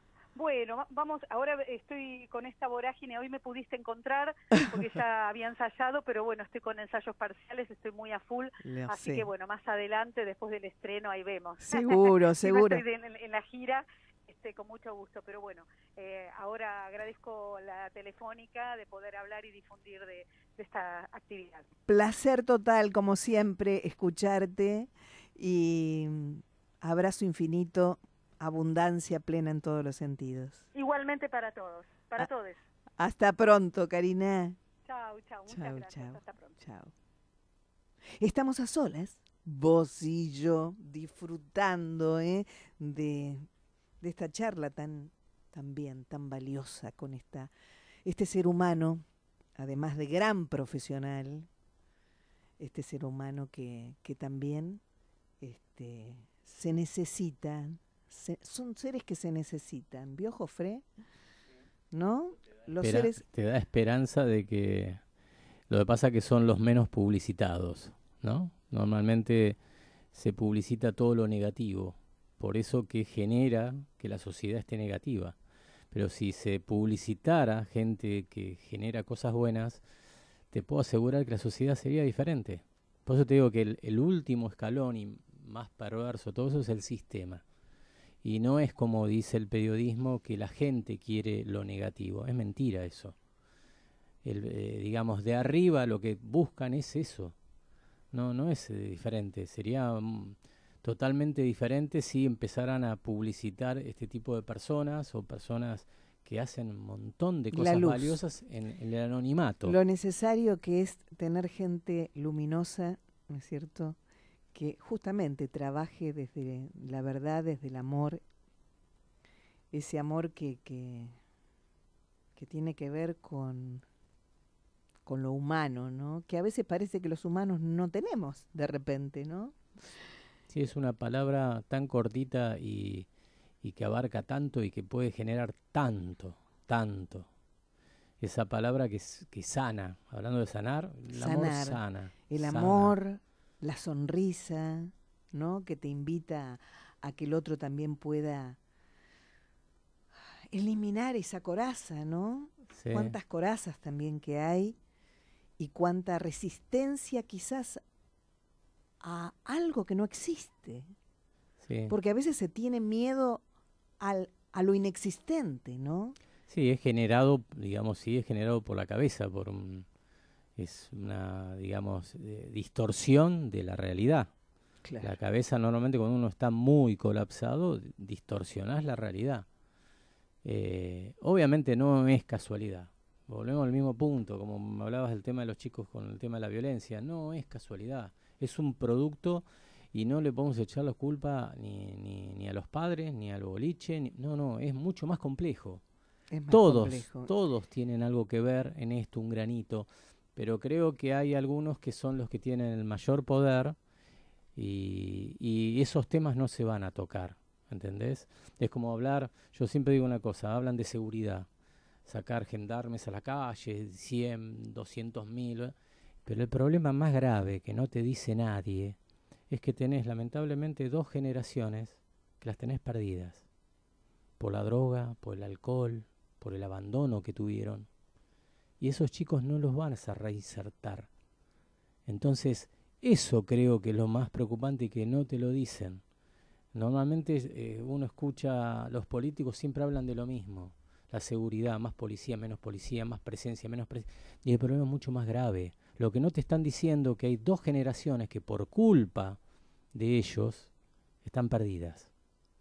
Bueno, vamos, ahora estoy con esta vorágine, hoy me pudiste encontrar porque ya había ensayado, pero bueno, estoy con ensayos parciales, estoy muy a full, Lo así sé. que bueno, más adelante, después del estreno, ahí vemos. Seguro, seguro. Estoy en, en la gira, este, con mucho gusto, pero bueno, eh, ahora agradezco la telefónica de poder hablar y difundir de, de esta actividad. Placer total, como siempre, escucharte y abrazo infinito, abundancia plena en todos los sentidos. Igualmente para todos, para Ah, todos. Hasta pronto, Karina. Chao, chao, muchas Chao, gracias. chao, Hasta pronto. chao. Estamos a solas, vos y yo, disfrutando ¿eh? de, de esta charla tan, tan bien, tan valiosa con esta, este ser humano, además de gran profesional, este ser humano que, que también este, se necesita, se, son seres que se necesitan. ¿Vio, Jofré? ¿No? Los Espera- seres... Te da esperanza de que lo que pasa es que son los menos publicitados, ¿no? Normalmente se publicita todo lo negativo, por eso que genera que la sociedad esté negativa. Pero si se publicitara gente que genera cosas buenas, te puedo asegurar que la sociedad sería diferente. Por eso te digo que el, el último escalón y más perverso, todo eso es el sistema. Y no es como dice el periodismo que la gente quiere lo negativo, es mentira eso. El, eh, digamos, de arriba lo que buscan es eso. No, no es eh, diferente. Sería mm, totalmente diferente si empezaran a publicitar este tipo de personas o personas que hacen un montón de La cosas luz. valiosas en, en el anonimato. Lo necesario que es tener gente luminosa, ¿no es cierto?, que justamente trabaje desde la verdad, desde el amor, ese amor que, que, que tiene que ver con, con lo humano, ¿no? Que a veces parece que los humanos no tenemos de repente, ¿no? Sí, es una palabra tan cortita y, y que abarca tanto y que puede generar tanto, tanto. Esa palabra que, s- que sana, hablando de sanar, el amor Sanar. sana. El sana. amor, la sonrisa, ¿no? Que te invita a que el otro también pueda eliminar esa coraza, ¿no? Sí. Cuántas corazas también que hay y cuánta resistencia quizás a algo que no existe. Sí. Porque a veces se tiene miedo al, a lo inexistente, ¿no? Sí, es generado, digamos, sí, es generado por la cabeza, por un, es una, digamos, eh, distorsión de la realidad. La cabeza normalmente cuando uno está muy colapsado, distorsionás la realidad. Eh, obviamente no es casualidad. Volvemos al mismo punto, como me hablabas del tema de los chicos con el tema de la violencia. No es casualidad, es un producto y no le podemos echar la culpa ni, ni, ni a los padres, ni al boliche. Ni, no, no, es mucho más complejo. Es más Todos, complejo. todos tienen algo que ver en esto, un granito. Pero creo que hay algunos que son los que tienen el mayor poder y, y esos temas no se van a tocar, ¿entendés? Es como hablar, yo siempre digo una cosa, hablan de seguridad, sacar gendarmes a la calle, cien, doscientos mil, pero el problema más grave que no te dice nadie es que tenés lamentablemente dos generaciones que las tenés perdidas, por la droga, por el alcohol, por el abandono que tuvieron, y esos chicos no los van a reinsertar. Entonces, eso creo que es lo más preocupante y que no te lo dicen. Normalmente eh, uno escucha, los políticos siempre hablan de lo mismo, la seguridad, más policía, menos policía, más presencia, menos presencia, y el problema es mucho más grave. Lo que no te están diciendo que hay dos generaciones que por culpa de ellos están perdidas.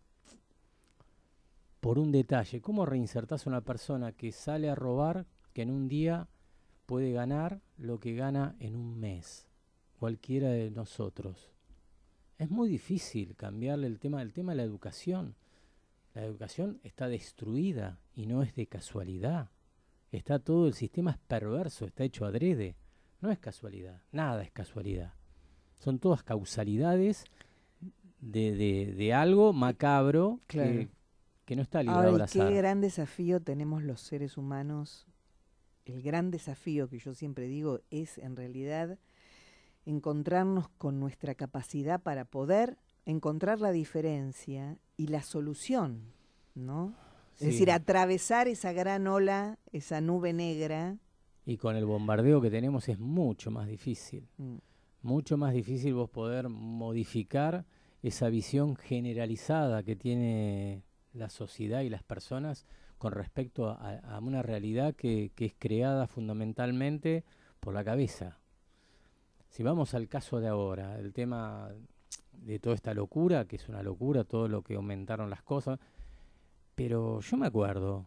Por un detalle, ¿cómo reinsertás a una persona que sale a robar, que en un día puede ganar lo que gana en un mes? Cualquiera de nosotros. Es muy difícil cambiarle el tema, el tema de la educación. La educación está destruida y no es de casualidad. Está todo, el sistema es perverso, está hecho adrede. No es casualidad, nada es casualidad. Son todas causalidades de, de, de algo macabro Claro. que, que no está librado Ahora, al ¿y qué azar. gran desafío tenemos los seres humanos? El gran desafío que yo siempre digo es, en realidad, encontrarnos con nuestra capacidad para poder encontrar la diferencia y la solución, ¿no? Sí. Es decir, atravesar esa gran ola, esa nube negra. Y con el bombardeo que tenemos es mucho más difícil. Mm. Mucho más difícil vos poder modificar esa visión generalizada que tiene la sociedad y las personas con respecto a, a una realidad que, que es creada fundamentalmente por la cabeza. Si vamos al caso de ahora, el tema de toda esta locura, que es una locura, todo lo que aumentaron las cosas, pero yo me acuerdo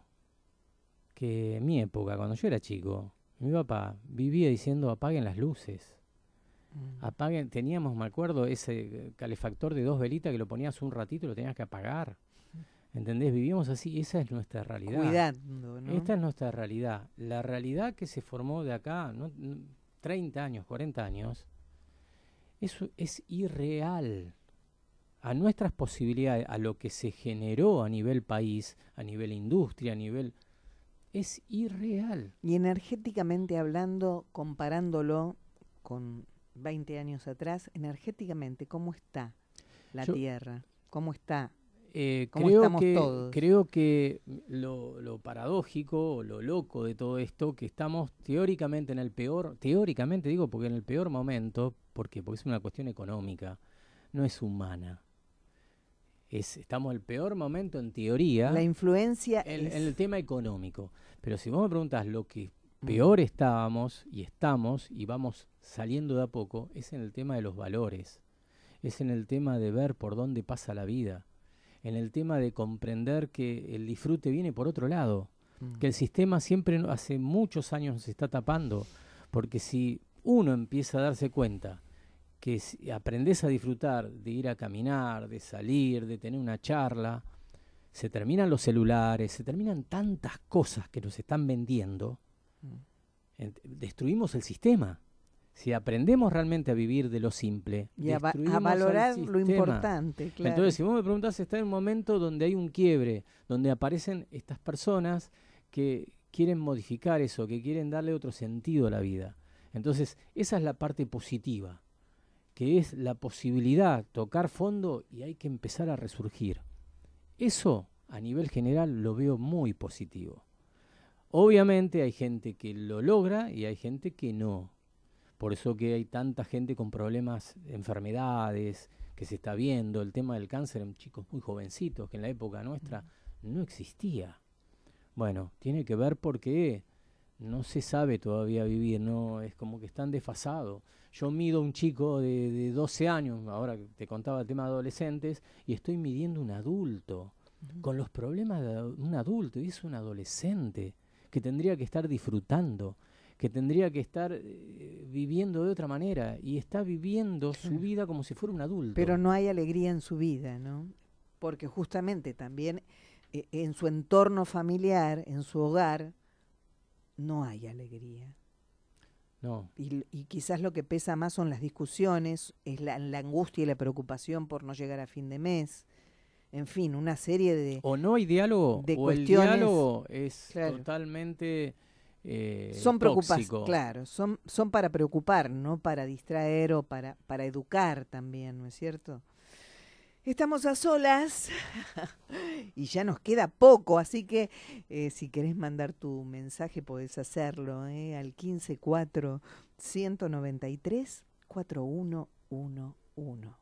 que en mi época, cuando yo era chico, mi papá vivía diciendo apaguen las luces. Mm. Apaguen, teníamos, me acuerdo, ese calefactor de dos velitas que lo ponías un ratito y lo tenías que apagar. ¿Entendés? Vivíamos así, esa es nuestra realidad. Cuidando, ¿no? Esta es nuestra realidad. La realidad que se formó de acá, ¿no? treinta años, cuarenta años, eso es irreal. A nuestras posibilidades, a lo que se generó a nivel país, a nivel industria, a nivel... es irreal. Y energéticamente hablando, comparándolo con veinte años atrás, energéticamente, ¿cómo está la Yo, Tierra? ¿Cómo está? Eh, ¿Cómo creo estamos que, todos? Creo que lo, lo paradójico o lo loco de todo esto, que estamos teóricamente en el peor, teóricamente digo porque en el peor momento, porque, porque es una cuestión económica, no es humana. Es, estamos en el peor momento en teoría. La influencia en, es... en el tema económico. Pero si vos me preguntás lo que peor mm. estábamos y estamos y vamos saliendo de a poco, es en el tema de los valores. Es en el tema de ver por dónde pasa la vida. En el tema de comprender que el disfrute viene por otro lado. Mm. Que el sistema siempre, hace muchos años nos está tapando. Porque si uno empieza a darse cuenta que si aprendés a disfrutar de ir a caminar, de salir, de tener una charla, se terminan los celulares, se terminan tantas cosas que nos están vendiendo, mm. destruimos el sistema. Si aprendemos realmente a vivir de lo simple, y a, va a valorar lo importante, claro. Entonces, si vos me preguntás, está en un momento donde hay un quiebre, donde aparecen estas personas que quieren modificar eso, que quieren darle otro sentido a la vida. Entonces, esa es la parte positiva, que es la posibilidad, tocar fondo y hay que empezar a resurgir. Eso, a nivel general, lo veo muy positivo. Obviamente hay gente que lo logra y hay gente que no. Por eso que hay tanta gente con problemas, enfermedades, que se está viendo. El tema del cáncer en chicos muy jovencitos, que en la época nuestra no existía. Bueno, tiene que ver porque no se sabe todavía vivir, no es como que están desfasados. Yo mido un chico de, de doce años, ahora que te contaba el tema de adolescentes, y estoy midiendo un adulto, uh-huh. con los problemas de un adulto, y es un adolescente que tendría que estar disfrutando, que tendría que estar eh, viviendo de otra manera, y está viviendo su vida como si fuera un adulto. Pero no hay alegría en su vida, ¿no? Porque justamente también eh, en su entorno familiar, en su hogar, no hay alegría. No. Y, y quizás lo que pesa más son las discusiones, es la, la angustia y la preocupación por no llegar a fin de mes. En fin, una serie de O no hay diálogo, de o cuestiones, el diálogo es claro. totalmente eh, son preocupaciones, tóxico. claro, son, son para preocupar, no para distraer o para, para educar también, ¿no es cierto? Estamos a solas y ya nos queda poco, así que eh, si querés mandar tu mensaje podés hacerlo eh, al quince cuatro ciento noventa y tres cuarenta y uno once.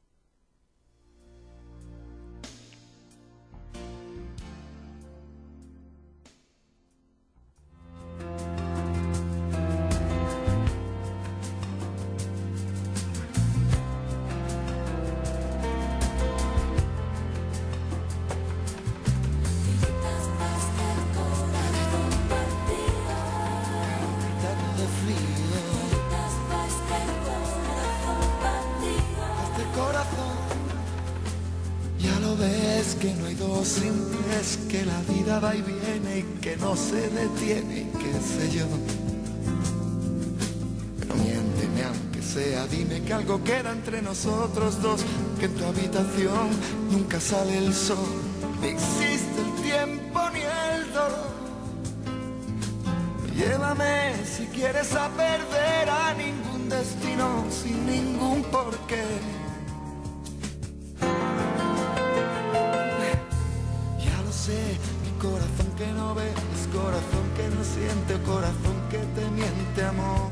Que no hay dos simples, que la vida va y viene y que no se detiene, y qué sé yo. Pero miénteme aunque sea, dime que algo queda entre nosotros dos, que en tu habitación nunca sale el sol, ni existe el tiempo ni el dolor. Llévame si quieres a perder a ningún destino sin ningún porqué. Mi corazón que no ve, es corazón que no siente, o corazón que te miente, amor.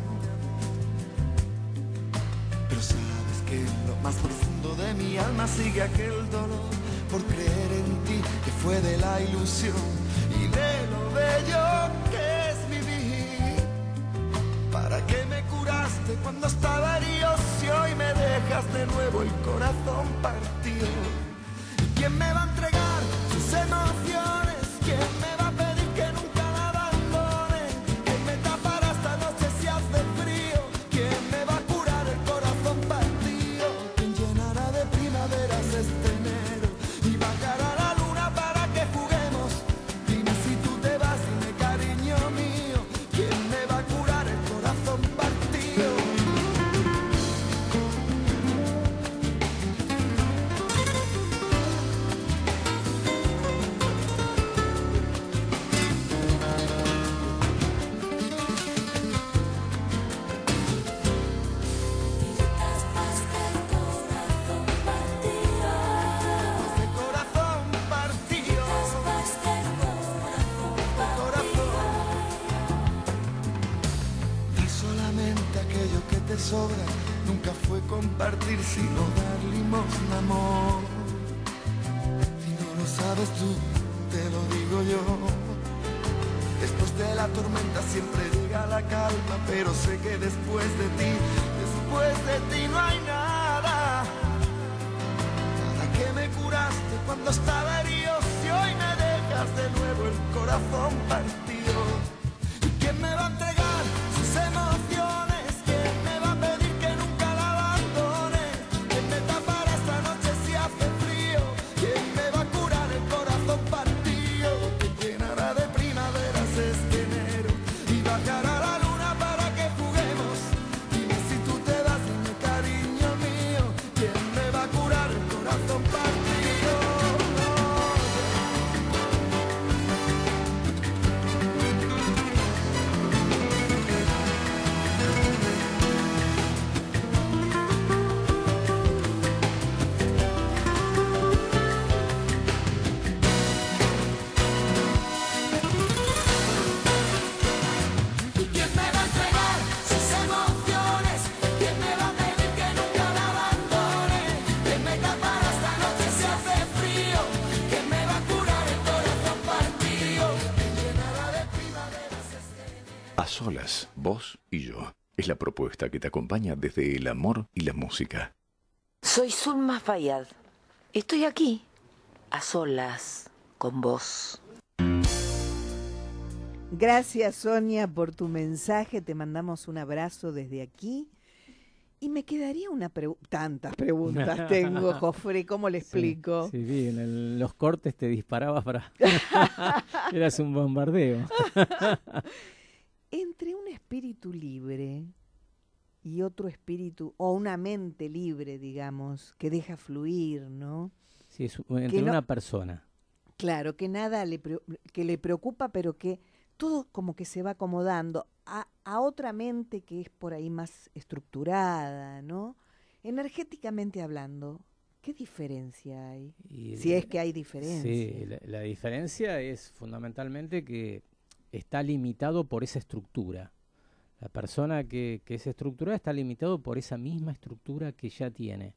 Pero sabes que en lo más profundo de mi alma sigue aquel dolor, por creer en ti, que fue de la ilusión y de lo bello que es vivir. ¿Para qué me curaste cuando estaba herido si hoy me dejas de nuevo el corazón partido? ¿Quién me va a entregar sus emociones? ¿Quién me va a pedir que nunca la abandone? ¿Quién me tapará esta noche si hace frío? ¿Quién me va a curar el corazón partido? ¿Quién llenará de primaveras este enero y bajará la luna para que juguemos? Dime si tú te vas, dime cariño mío, ¿quién me va a curar el corazón partido? Sobra, nunca fue compartir sino dar limosna, amor. Si no lo sabes tú, te lo digo yo. Después de la tormenta siempre llega la calma, pero sé que después de ti, después de ti no hay nada. Nada que me curaste cuando estaba herido, si hoy me dejas de nuevo el corazón partido. ¿Y quién me va a entregar sus emociones? Solas, vos y yo. Es la propuesta que te acompaña desde el amor y la música. Soy Zulma Fayad. Estoy aquí, a solas, con vos. Gracias, Sonia, por tu mensaje. Te mandamos un abrazo desde aquí. Y me quedaría una pregunta. Tantas preguntas tengo, Jofre. ¿Cómo le explico? Sí, sí, vi, en el- los cortes te disparabas para... Eras un bombardeo. Entre un espíritu libre y otro espíritu, o una mente libre, digamos, que deja fluir, ¿no? Sí, es u- entre no- una persona. Claro, que nada le, pre- que le preocupa, pero que todo como que se va acomodando a, a otra mente que es por ahí más estructurada, ¿no? Energéticamente hablando, ¿qué diferencia hay? Y Si de- es que hay diferencia. Sí, la, la diferencia es fundamentalmente que está limitado por esa estructura. La persona que, que es estructurada está limitado por esa misma estructura que ya tiene.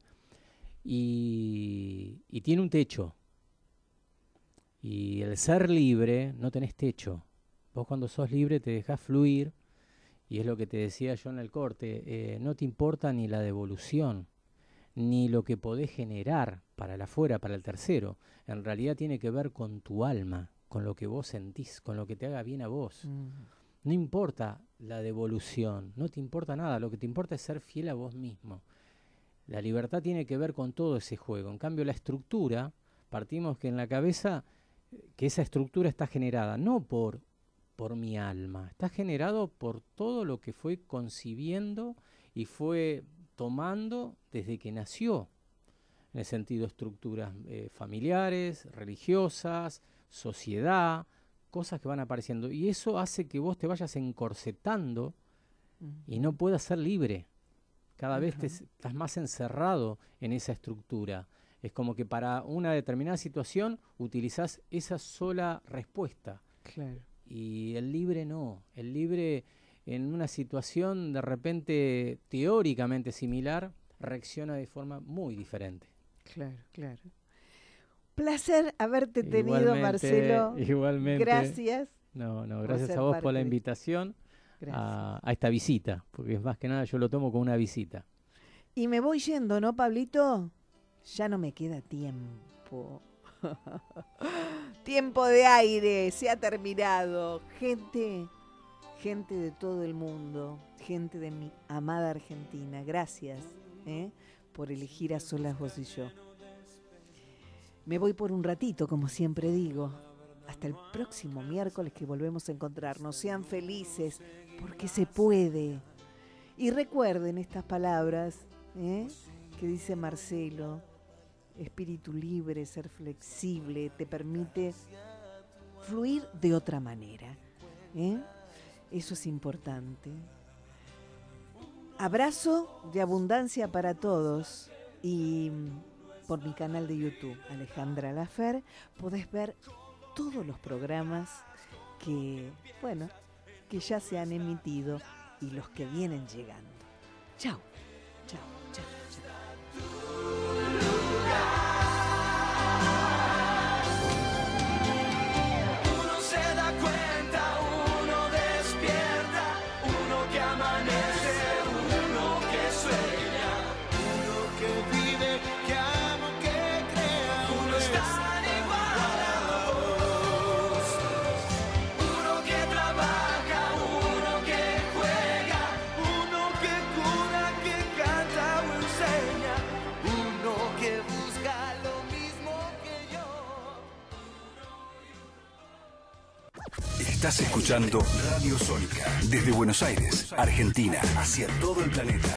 Y, y tiene un techo. Y el ser libre, no tenés techo. Vos cuando sos libre te dejás fluir, y es lo que te decía yo en el corte, eh, no te importa ni la devolución, ni lo que podés generar para el afuera, para el tercero. En realidad tiene que ver con tu alma, con lo que vos sentís, con lo que te haga bien a vos. Mm. No importa la devolución, no te importa nada, lo que te importa es ser fiel a vos mismo. La libertad tiene que ver con todo ese juego. En cambio, la estructura, partimos que en la cabeza, eh, que esa estructura está generada no por, por mi alma, está generado por todo lo que fue concibiendo y fue tomando desde que nació. En el sentido, estructuras eh, familiares, religiosas, sociedad, cosas que van apareciendo. Y eso hace que vos te vayas encorsetando y no puedas ser libre. Cada vez te, s- estás más encerrado en esa estructura. Es como que para una determinada situación utilizás esa sola respuesta. Claro. Y el libre no. El libre en una situación de repente teóricamente similar reacciona de forma muy diferente. Claro, claro. Placer haberte tenido, Igualmente, Marcelo. Igualmente. Gracias. No, no, por gracias ser a vos parte por la de- invitación a, a esta visita, porque es más que nada yo lo tomo como una visita. Y me voy yendo, ¿no, Pablito? Ya no me queda tiempo. Tiempo de aire, se ha terminado. Gente, gente de todo el mundo, gente de mi amada Argentina, gracias ¿eh? por elegir A Solas Vos y Yo. Me voy por un ratito, como siempre digo. Hasta el próximo miércoles que volvemos a encontrarnos. Sean felices, porque se puede. Y recuerden estas palabras ¿eh? que dice Marcelo. Espíritu libre, ser flexible, te permite fluir de otra manera. ¿eh? Eso es importante. Abrazo de abundancia para todos. Y por mi canal de YouTube, Alejandra Lafer, podés ver todos los programas que, bueno, que ya se han emitido y los que vienen llegando. Chao, chao, chao, chao. Uno se da cuenta, uno despierta, uno que amanece, uno que sueña, uno que vive, que ama, que crea, uno está igual a vos. Uno que trabaja, uno que juega, uno que cura, que canta o enseña, uno que busca lo mismo que yo. Estás escuchando Radio Sónica desde Buenos Aires, Argentina, hacia todo el planeta.